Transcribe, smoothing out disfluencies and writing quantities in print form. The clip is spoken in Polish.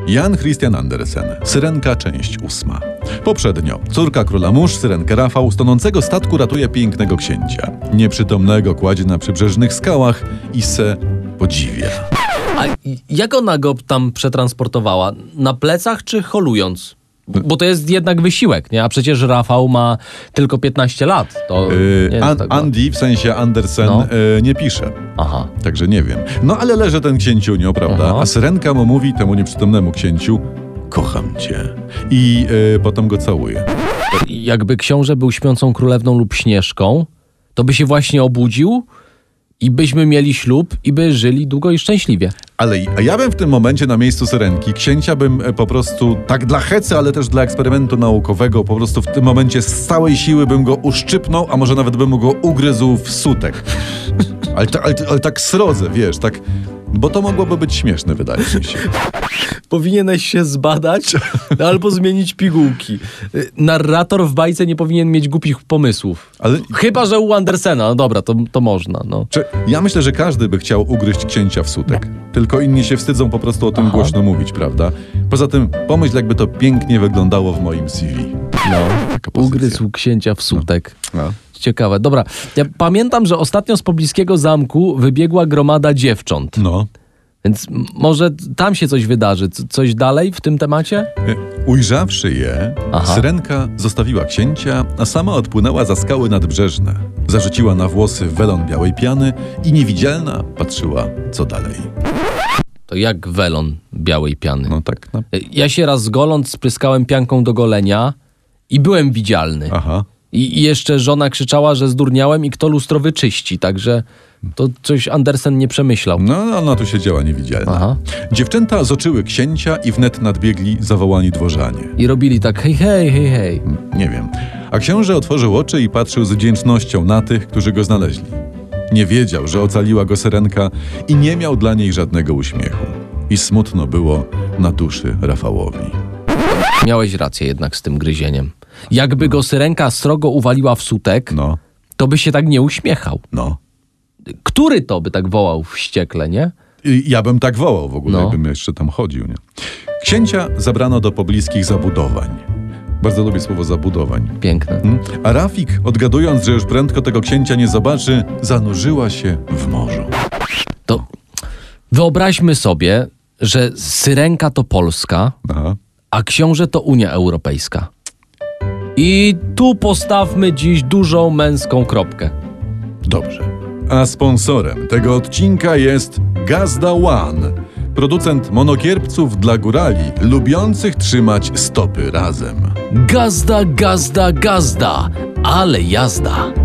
Jan Christian Andersen. Syrenka, część 8. Poprzednio. Córka króla mórz, syrenkę Rafał, z tonącego statku ratuje pięknego księcia. Nieprzytomnego kładzie na przybrzeżnych skałach i se podziwia. A jak ona go tam przetransportowała? Na plecach czy holując? Bo to jest jednak wysiłek, nie? A przecież Rafał ma tylko 15 lat. To nie jest tak Andy, w sensie Andersen, nie pisze. Aha. Także nie wiem. No ale leży ten księciunio, prawda? Aha. A syrenka mu mówi, temu nieprzytomnemu księciu: kocham cię. I potem go całuje. Jakby książę był śpiącą królewną lub Śnieżką, to by się właśnie obudził i byśmy mieli ślub i by żyli długo i szczęśliwie. A ja bym w tym momencie na miejscu syrenki księcia bym po prostu tak dla hecy, ale też dla eksperymentu naukowego po prostu w tym momencie z całej siły bym go uszczypnął, a może nawet bym go ugryzł w sutek. Ale tak srodze, wiesz, tak... Bo to mogłoby być śmieszne, wydaje mi się. Powinieneś się zbadać albo zmienić pigułki. Narrator w bajce nie powinien mieć głupich pomysłów. Chyba że u Andersena. No dobra, to można. No. Ja myślę, że każdy by chciał ugryźć księcia w sutek. Tylko inni się wstydzą po prostu o tym głośno mówić, prawda? Poza tym pomyśl, jakby to pięknie wyglądało w moim CV. Ugryzł księcia w sutek. No. Ciekawe. Dobra, ja pamiętam, że ostatnio z pobliskiego zamku wybiegła gromada dziewcząt. No. Więc może tam się coś wydarzy. Coś dalej w tym temacie? Ujrzawszy je, syrenka zostawiła księcia, a sama odpłynęła za skały nadbrzeżne. Zarzuciła na włosy welon białej piany i niewidzialna patrzyła, co dalej. To jak welon białej piany. No tak. No. Ja się raz goląc spryskałem pianką do golenia i byłem widzialny. Aha. I jeszcze żona krzyczała, że zdurniałem i kto lustro wyczyści, także to coś Andersen nie przemyślał. No, ona tu siedziała niewidzialna. Aha. Dziewczęta zoczyły księcia i wnet nadbiegli zawołani dworzanie. I robili tak hej, hej, hej, hej. Nie wiem. A książę otworzył oczy i patrzył z wdzięcznością na tych, którzy go znaleźli. Nie wiedział, że ocaliła go syrenka i nie miał dla niej żadnego uśmiechu. I smutno było na duszy Rafałowi. Miałeś rację jednak z tym gryzieniem. Jakby go syrenka srogo uwaliła w sutek, to by się tak nie uśmiechał. No. Który to by tak wołał wściekle, nie? Ja bym tak wołał w ogóle, jakbym jeszcze tam chodził, nie? Księcia zabrano do pobliskich zabudowań. Bardzo lubię słowo zabudowań. Piękne. A Rafik, odgadując, że już prędko tego księcia nie zobaczy, zanurzyła się w morzu. To wyobraźmy sobie, że syrenka to Polska, a książę to Unia Europejska. I tu postawmy dziś dużą męską kropkę. Dobrze. A sponsorem tego odcinka jest Gazda One, producent monokierpców dla górali lubiących trzymać stopy razem. Gazda, gazda, gazda, ale jazda.